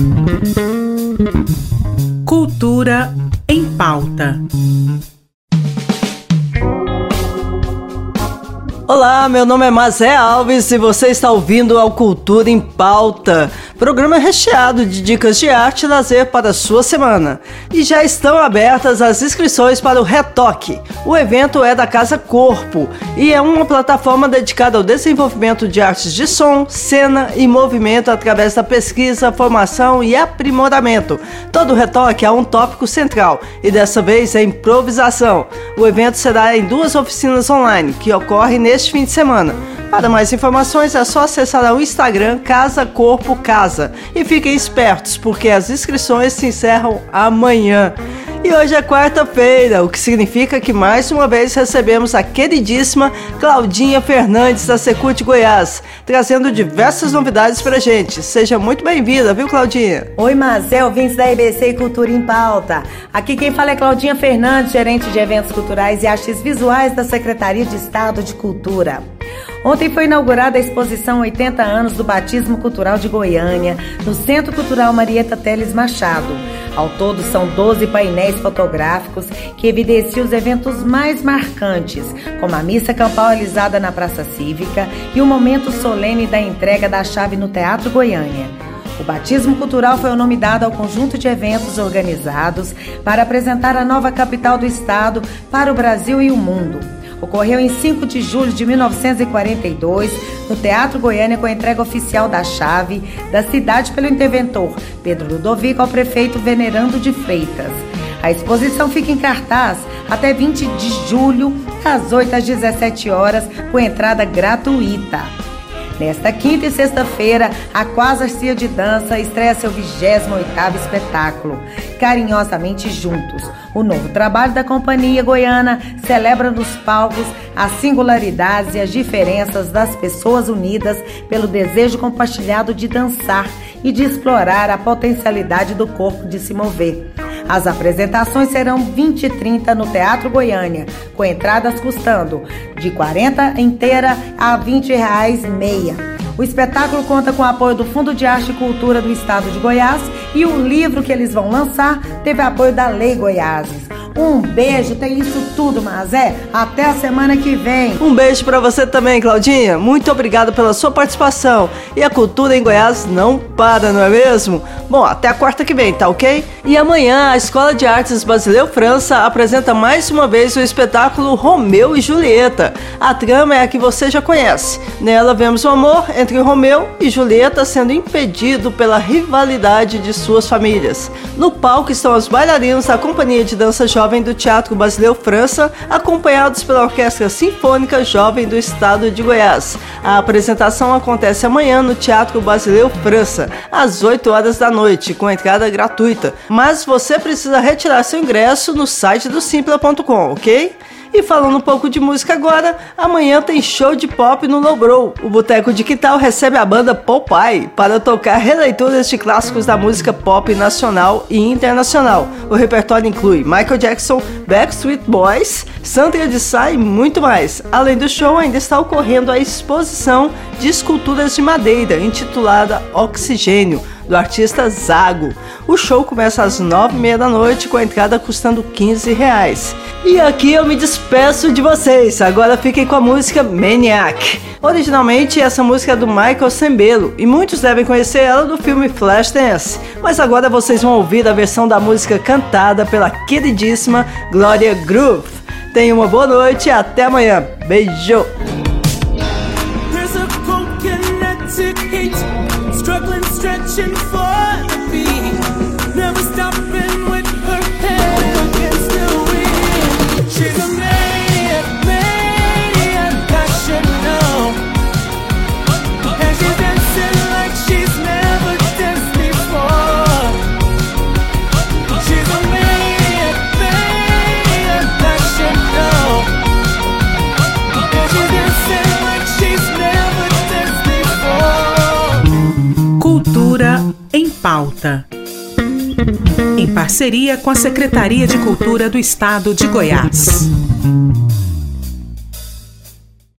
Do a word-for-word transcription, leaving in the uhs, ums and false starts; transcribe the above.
Cultura em Pauta. Olá, meu nome é Mazé Alves e você está ouvindo ao Cultura em Pauta, programa recheado de dicas de arte e lazer para a sua semana. E já estão abertas as inscrições para o Retoque. O evento é da Casa Corpo e é uma plataforma dedicada ao desenvolvimento de artes de som, cena e movimento através da pesquisa, formação e aprimoramento. Todo Retoque há um tópico central e dessa vez é improvisação. O evento será em duas oficinas online que ocorrem neste fim de semana. Para mais informações é só acessar o Instagram Casa Corpo Casa e fiquem espertos porque as inscrições se encerram amanhã. E hoje é quarta-feira, o que significa que mais uma vez recebemos a queridíssima Claudinha Fernandes da Secult Goiás, trazendo diversas novidades pra gente. Seja muito bem-vinda, viu, Claudinha? Oi, Mazé, ouvintes da E B C e Cultura em Pauta. Aqui quem fala é Claudinha Fernandes, gerente de eventos culturais e artes visuais da Secretaria de Estado de Cultura. Ontem foi inaugurada a exposição oitenta anos do Batismo Cultural de Goiânia, no Centro Cultural Marieta Teles Machado. Ao todo, são doze painéis fotográficos que evidenciam os eventos mais marcantes, como a missa campal realizada na Praça Cívica e o momento solene da entrega da chave no Teatro Goiânia. O Batismo Cultural foi o nome dado ao conjunto de eventos organizados para apresentar a nova capital do estado para o Brasil e o mundo. Ocorreu em cinco de julho de mil novecentos e quarenta e dois, no Teatro Goiânia, com a entrega oficial da chave da cidade pelo interventor Pedro Ludovico ao prefeito Venerando de Freitas. A exposição fica em cartaz até vinte de julho, das oito às dezessete horas, com entrada gratuita. Nesta quinta e sexta-feira, a Quasarcia de Dança estreia seu vigésimo oitavo espetáculo, Carinhosamente Juntos. O novo trabalho da Companhia Goiana celebra nos palcos as singularidades e as diferenças das pessoas unidas pelo desejo compartilhado de dançar e de explorar a potencialidade do corpo de se mover. As apresentações serão vinte e trinta no Teatro Goiânia, com entradas custando de quarenta inteira a vinte reais meia. O espetáculo conta com o apoio do Fundo de Arte e Cultura do Estado de Goiás e o livro que eles vão lançar teve apoio da Lei Goiáses. Um beijo, tem isso tudo, Mazé. Até a semana que vem. Um beijo pra você também, Claudinha. Muito obrigado pela sua participação. E a cultura em Goiás não para, não é mesmo? Bom, até a quarta que vem, tá ok? E amanhã a Escola de Artes Basileu França apresenta mais uma vez o espetáculo Romeu e Julieta. A trama é a que você já conhece. Nela vemos o amor entre Romeu e Julieta sendo impedido pela rivalidade de suas famílias. No palco estão os bailarinos da Companhia de Dança Jovem do Teatro Basileu França, acompanhados pela Orquestra Sinfônica Jovem do Estado de Goiás. A apresentação acontece amanhã no Teatro Basileu França, às oito horas da noite, com entrada gratuita. Mas você precisa retirar seu ingresso no site do simpla ponto com, ok? E falando um pouco de música agora, amanhã tem show de pop no Lowbrow. O Boteco de Quintal recebe a banda Popeye para tocar releituras de clássicos da música pop nacional e internacional. O repertório inclui Michael Jackson, Backstreet Boys, Sandra de Sá e muito mais. Além do show, ainda está ocorrendo a exposição de esculturas de madeira, intitulada Oxigênio, do artista Zago. O show começa às nove e meia da noite, com a entrada custando quinze reais. E aqui eu me despeço de vocês. Agora fiquem com a música Maniac. Originalmente essa música é do Michael Sembello e muitos devem conhecer ela do filme Flashdance. Mas agora vocês vão ouvir a versão da música cantada pela queridíssima Gloria Groove. Tenham uma boa noite e até amanhã. Beijo! Struggling, stretching for the beat, never stopping with her head against the wind. She's a maniac, maniac, I should know. And she's dancing like she's never danced before. She's a maniac, maniac, I should know. And she's dancing like she's never danced before. Cultura em Pauta. Em parceria com a Secretaria de Cultura do Estado de Goiás.